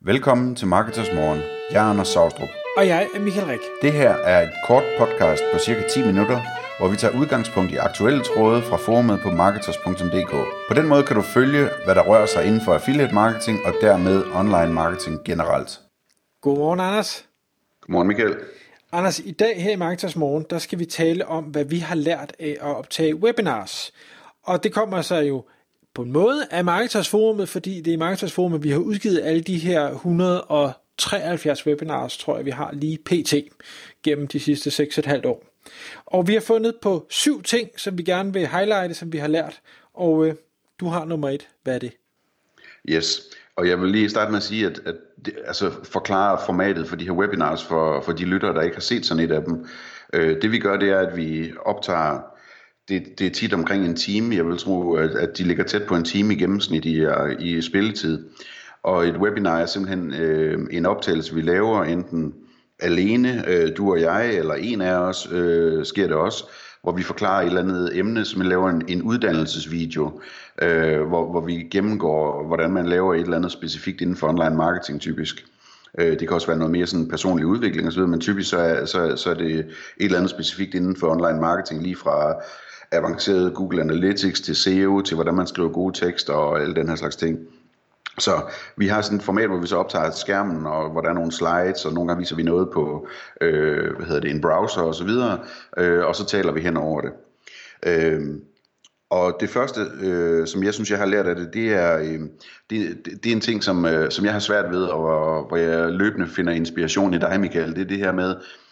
Velkommen til Marketers Morgen. Jeg er Anders Saustrup. Og jeg er Michael Rik. Det her er et kort podcast på cirka 10 minutter, hvor vi tager udgangspunkt i aktuelle tråde fra forumet på marketers.dk. På den måde kan du følge, hvad der rører sig inden for affiliate marketing og dermed online marketing generelt. Godmorgen, Anders. Godmorgen, Michael. Anders, i dag her i Marketers Morgen, der skal vi tale om, hvad vi har lært af at optage webinars. Og det kommer så jo på en måde af Marketers Forumet, fordi det er i Marketers Forumet, vi har udgivet alle de her 173 webinars, tror jeg, vi har lige pt. Gennem de sidste 6,5 år. Og vi har fundet på 7 ting, som vi gerne vil highlighte, som vi har lært. Og du har nummer 1. Hvad er det? Yes, og jeg vil lige starte med at sige, at forklare formatet for de her webinars for de lyttere, der ikke har set sådan et af dem. Det vi gør, det er, at vi optager, det er tit omkring en time. Jeg vil tro, at de ligger tæt på en time i gennemsnit i spilletid. Og et webinar er simpelthen en optagelse, vi laver enten alene, du og jeg, eller en af os, sker det også, hvor vi forklarer et eller andet emne, som vi laver en uddannelsesvideo, hvor vi gennemgår, hvordan man laver et eller andet specifikt inden for online marketing typisk. Det kan også være noget mere sådan personlig udvikling osv., men typisk så er det et eller andet specifikt inden for online marketing, lige fra avanceret Google Analytics til SEO, til hvordan man skriver gode tekster og alle den her slags ting. Så vi har sådan et format, hvor vi så optager skærmen, og hvor der er nogle slides, og nogle gange viser vi noget på en browser og så videre, og så taler vi hen over det. Og det første, som jeg synes, jeg har lært af det, det er en ting, som jeg har svært ved, og hvor jeg løbende finder inspiration i dig, Michael. Det er det her med,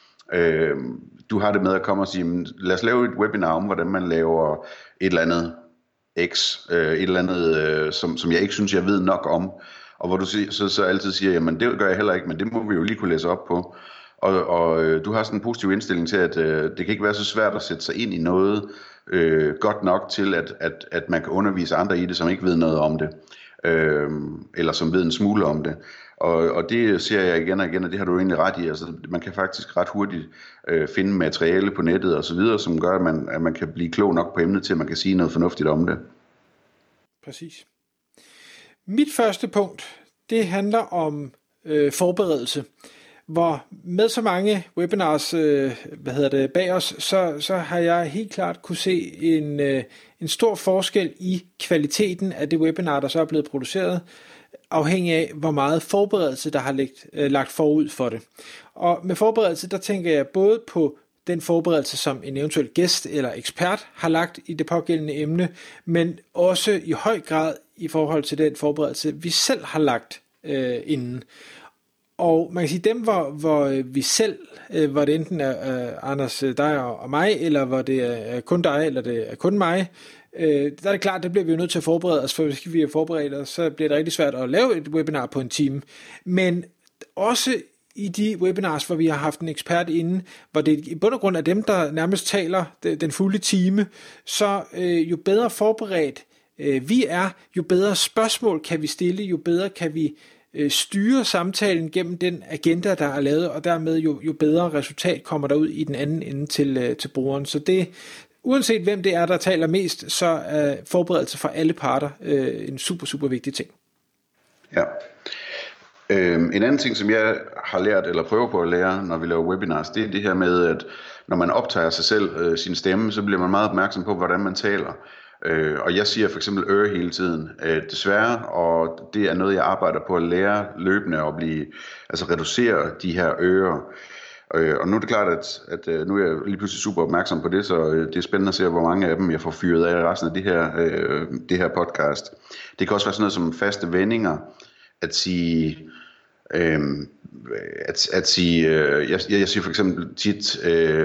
du har det med at komme og sige, lad os lave et webinar om, hvordan man laver et eller andet X, et eller andet, som jeg ikke synes, jeg ved nok om, og hvor du så altid siger, jamen det gør jeg heller ikke, men det må vi jo lige kunne læse op på. Og du har sådan en positiv indstilling til, at det kan ikke være så svært at sætte sig ind i noget godt nok til, at man kan undervise andre i det, som ikke ved noget om det, eller som ved en smule om det. Og det ser jeg igen og igen, og det har du egentlig ret i. Altså, man kan faktisk ret hurtigt finde materiale på nettet og så videre, som gør, at man kan blive klog nok på emnet til, at man kan sige noget fornuftigt om det. Præcis. Mit første punkt, det handler om forberedelse. Hvor med så mange webinars bag os, så har jeg helt klart kunne se en stor forskel i kvaliteten af det webinar, der så er blevet produceret, afhængig af, hvor meget forberedelse, der har lagt forud for det. Og med forberedelse, der tænker jeg både på den forberedelse, som en eventuel gæst eller ekspert har lagt i det pågældende emne, men også i høj grad i forhold til den forberedelse, vi selv har lagt inden. Og man kan sige, dem hvor vi selv, hvor det enten er Anders, dig og mig, eller hvor det er kun dig, eller det er kun mig, der er det klart, der bliver vi jo nødt til at forberede os, for hvis vi er forberedt os, så bliver det rigtig svært at lave et webinar på en time. Men også i de webinars, hvor vi har haft en ekspert inde, hvor det i bund og grund er dem, der nærmest taler den fulde time, så jo bedre forberedt vi er, jo bedre spørgsmål kan vi stille, jo bedre kan vi styre samtalen gennem den agenda, der er lavet, og dermed jo bedre resultat kommer der ud i den anden ende til brugeren. Så det, uanset hvem det er, der taler mest, så er forberedelse for alle parter en super, super vigtig ting. Ja. En anden ting, som jeg har lært, eller prøver på at lære, når vi laver webinars, det er det her med, at når man optager sig selv, sin stemme, så bliver man meget opmærksom på, hvordan man taler. Og jeg siger for eksempel hele tiden, desværre, og det er noget, jeg arbejder på at lære løbende at reducere de her Og nu er det klart, at nu er jeg lige pludselig super opmærksom på det, så det er spændende at se, hvor mange af dem jeg får fyret af resten af det her podcast. Det kan også være sådan noget som faste vendinger, at sige, jeg siger for eksempel tit,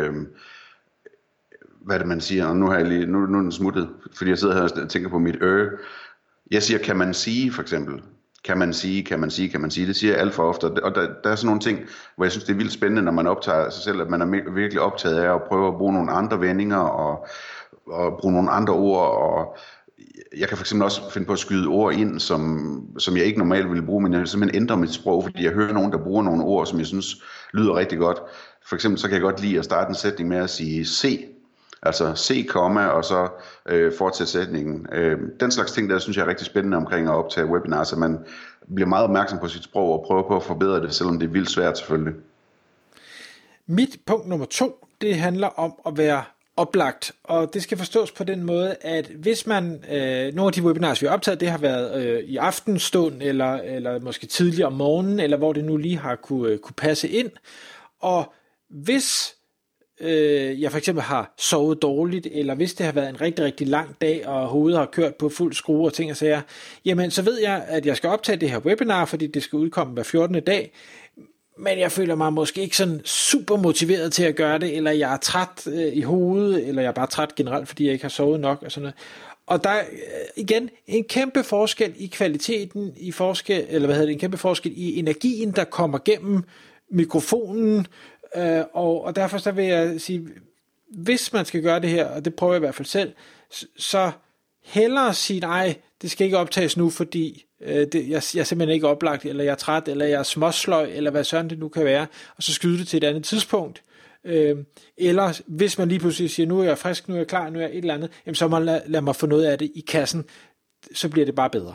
hvad er det man siger, og nu er den smuttet, fordi jeg sidder her og tænker på mit Jeg siger, kan man sige for eksempel, kan man sige, det siger jeg alt for ofte, og der er sådan nogle ting, hvor jeg synes det er vildt spændende, når man optager sig selv, at man er virkelig optaget af at prøve at bruge nogle andre vendinger, og bruge nogle andre ord, og jeg kan for eksempel også finde på at skyde ord ind, som jeg ikke normalt ville bruge, men jeg vil simpelthen ændre mit sprog, fordi jeg hører nogen, der bruger nogle ord, som jeg synes lyder rigtig godt. For eksempel så kan jeg godt lide at starte en sætning med at sige se, altså se komma, og så fortsætte sætningen. Den slags ting, der synes jeg er rigtig spændende omkring at optage webinars, at bliver meget opmærksom på sit sprog og prøver på at forbedre det, selvom det er vildt svært selvfølgelig. Mit punkt nummer 2, det handler om at være oplagt, og det skal forstås på den måde, at hvis man, nogle af de webinars, vi har optaget, det har været i aftenstund, eller måske tidligere om morgenen, eller hvor det nu lige har kunne passe ind, og hvis jeg for eksempel har sovet dårligt, eller hvis det har været en rigtig, rigtig lang dag, og hovedet har kørt på fuld skrue og ting og sager, jamen så ved jeg, at jeg skal optage det her webinar, fordi det skal udkomme hver 14. dag, men jeg føler mig måske ikke sådan super motiveret til at gøre det, eller jeg er træt i hovedet, eller jeg er bare træt generelt, fordi jeg ikke har sovet nok, og sådan noget. Og der er igen en kæmpe forskel i kvaliteten, en kæmpe forskel i energien, der kommer gennem mikrofonen, og derfor så vil jeg sige, hvis man skal gøre det her, og det prøver jeg i hvert fald selv, så hellere sige, nej, det skal ikke optages nu, fordi jeg er simpelthen ikke oplagt, eller jeg er træt, eller jeg er småsløj, eller hvad sådan det nu kan være, og så skyde det til et andet tidspunkt. Eller hvis man lige pludselig siger, nu er jeg frisk, nu er jeg klar, nu er jeg et eller andet, jamen så må lad mig få noget af det i kassen, så bliver det bare bedre.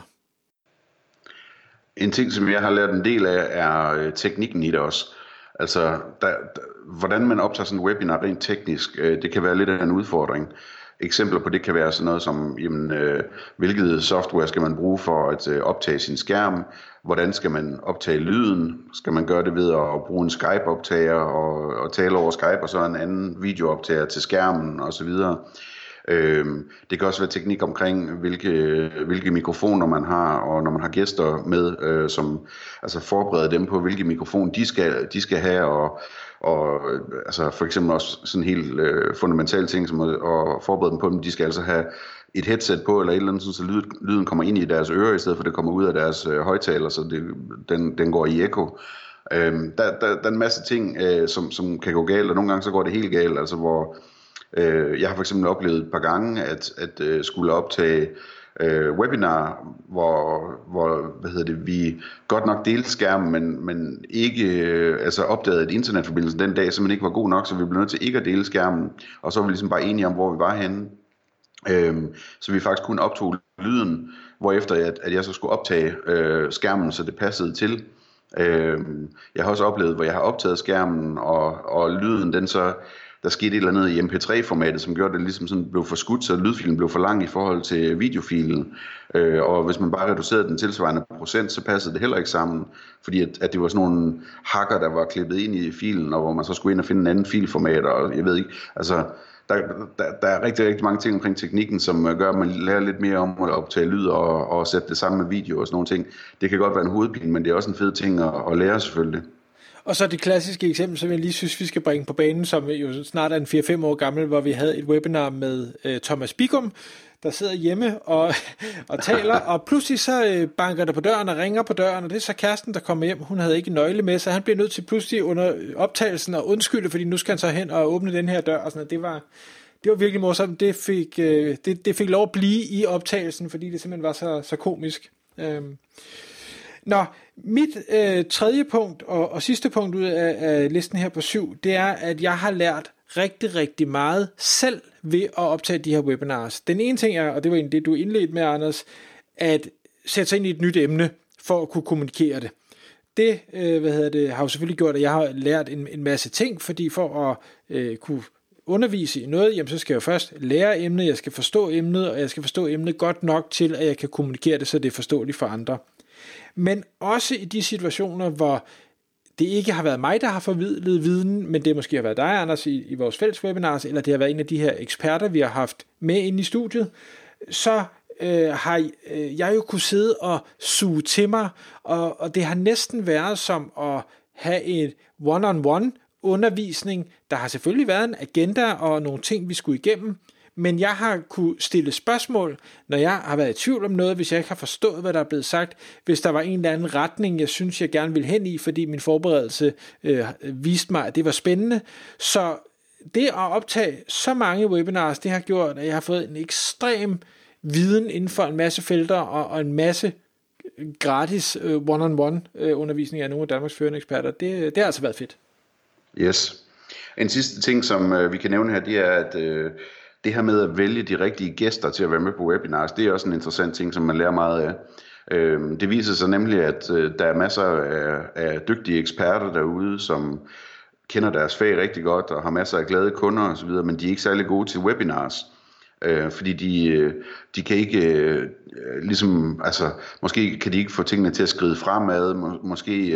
En ting, som jeg har lært en del af, er teknikken i det også. Altså, hvordan man optager sådan en webinar rent teknisk, det kan være lidt af en udfordring. Eksempler på det kan være sådan noget som, hvilket software skal man bruge for at optage sin skærm? Hvordan skal man optage lyden? Skal man gøre det ved at bruge en Skype-optager og tale over Skype, og så en anden videooptager til skærmen osv.? Det kan også være teknik omkring, hvilke mikrofoner man har, og når man har gæster med, som altså forbereder dem på, hvilke mikrofon de skal have, og altså for eksempel også sådan en helt fundamental ting, som at forberede dem på dem, de skal altså have et headset på, eller et eller andet, så lyden kommer ind i deres ører, i stedet for det kommer ud af deres højtaler, så den går i ekko. Der er en masse ting, som kan gå galt, og nogle gange så går det helt galt, altså hvor jeg har for eksempel oplevet et par gange, at skulle optage webinar, hvor vi godt nok delte skærmen, men ikke opdagede, at internetforbindelsen den dag simpelthen ikke var god nok, så vi blev nødt til ikke at dele skærmen, og så var vi ligesom bare enige om, hvor vi var henne. Så vi faktisk kun optog lyden, hvorefter at jeg så skulle optage skærmen, så det passede til. Jeg har også oplevet, hvor jeg har optaget skærmen, og lyden den så, der skete et eller andet i MP3-formatet, som gjorde, at det ligesom sådan blev forskudt, så lydfilen blev for lang i forhold til videofilen. Og hvis man bare reducerede den tilsvarende procent, så passede det heller ikke sammen, fordi at det var sådan nogle hakker, der var klippet ind i filen, og hvor man så skulle ind og finde en anden filformat, og jeg ved ikke, altså der er rigtig, rigtig mange ting omkring teknikken, som gør, at man lærer lidt mere om at optage lyd og sætte det sammen med video og sådan nogle ting. Det kan godt være en hovedpine, men det er også en fed ting at lære selvfølgelig. Og så det klassiske eksempel, som jeg lige synes, vi skal bringe på banen, som jo snart er en 4-5 år gammel, hvor vi havde et webinar med Thomas Bigum, der sidder hjemme og taler, og pludselig så banker der på døren og ringer på døren, og det er så kæresten, der kommer hjem. Hun havde ikke nøgle med, så han bliver nødt til pludselig under optagelsen og undskylde, fordi nu skal han så hen og åbne den her dør, og sådan noget. Det var virkelig morsomt. Det fik lov at blive i optagelsen, fordi det simpelthen var så komisk. Mit tredje punkt og sidste punkt ud af listen her på 7, det er, at jeg har lært rigtig, rigtig meget selv ved at optage de her webinars. Den ene ting er, og det var egentlig det, du indledte med, Anders, at sætte sig ind i et nyt emne for at kunne kommunikere det. Det har jo selvfølgelig gjort, at jeg har lært en masse ting, fordi for at kunne undervise i noget, jamen så skal jeg jo først lære emnet, jeg skal forstå emnet, og jeg skal forstå emnet godt nok til, at jeg kan kommunikere det, så det er forståeligt for andre. Men også i de situationer, hvor det ikke har været mig, der har formidlet viden, men det måske har været dig, Anders, i vores fælles webinars, eller det har været en af de her eksperter, vi har haft med inde i studiet, så har jeg jo kunne sidde og suge til mig, og det har næsten været som at have et one-on-one undervisning. Der har selvfølgelig været en agenda og nogle ting, vi skulle igennem, men jeg har kunne stille spørgsmål, når jeg har været i tvivl om noget, hvis jeg ikke har forstået, hvad der er blevet sagt, hvis der var en eller anden retning, jeg synes, jeg gerne ville hen i, fordi min forberedelse viste mig, at det var spændende. Så det at optage så mange webinars, det har gjort, at jeg har fået en ekstrem viden inden for en masse felter og en masse gratis one-on-one undervisning af nogle af Danmarks førende eksperter. Det har altså været fedt. Yes. En sidste ting, som vi kan nævne her, det er, at det her med at vælge de rigtige gæster til at være med på webinars, det er også en interessant ting, som man lærer meget af. Det viser sig nemlig, at der er masser af dygtige eksperter derude, som kender deres fag rigtig godt og har masser af glade kunder osv., men de er ikke særlig gode til webinars. Fordi de kan ikke ligesom, altså måske kan de ikke få tingene til at skride fremad, måske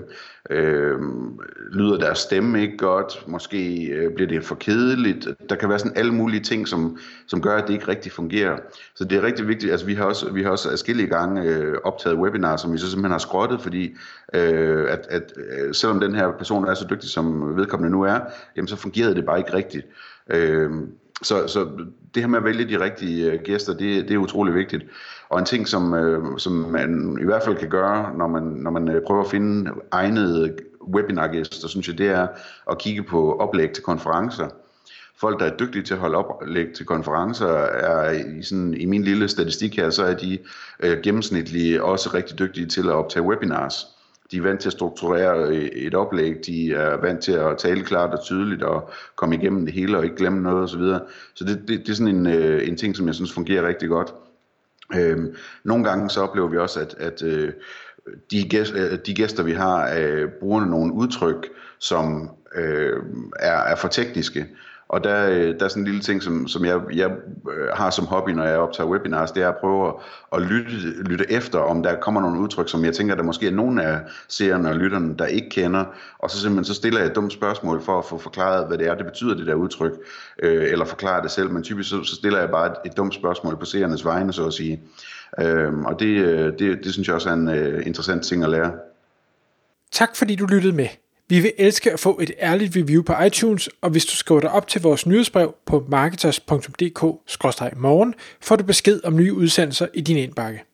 lyder deres stemme ikke godt, måske bliver det for kedeligt. Der kan være sådan alle mulige ting, som gør, at det ikke rigtig fungerer. Så det er rigtig vigtigt. Altså vi har også adskillige gange optaget webinarer, som vi så simpelthen har skrottet, fordi at selvom den her person er så dygtig, som vedkommende nu er, jamen så fungerede det bare ikke rigtigt. Så det her med at vælge de rigtige gæster, det er utrolig vigtigt. Og en ting, som man i hvert fald kan gøre, når man prøver at finde egnede webinargæster, synes jeg, det er at kigge på oplæg til konferencer. Folk, der er dygtige til at holde oplæg til konferencer, er i min lille statistik her, så er de gennemsnitlige også rigtig dygtige til at optage webinars. De er vant til at strukturere et oplæg, de er vant til at tale klart og tydeligt og komme igennem det hele og ikke glemme noget osv. Så det er sådan en ting, som jeg synes fungerer rigtig godt. Nogle gange så oplever vi også, at de gæster, vi har, bruger nogle udtryk, som er for tekniske. Og der er sådan en lille ting, som jeg har som hobby, når jeg optager webinars, det er at prøve at lytte efter, om der kommer nogle udtryk, som jeg tænker, der måske er nogen af seerne og lytterne, der ikke kender. Og så simpelthen så stiller jeg et dumt spørgsmål for at få forklaret, hvad det er, det betyder, det der udtryk, eller forklare det selv. Men typisk så stiller jeg bare et dumt spørgsmål på seernes vegne, så at sige. Og det synes jeg også er en interessant ting at lære. Tak fordi du lyttede med. Vi vil elske at få et ærligt review på iTunes, og hvis du skriver dig op til vores nyhedsbrev på marketers.dk/morgen, får du besked om nye udsendelser i din indbakke.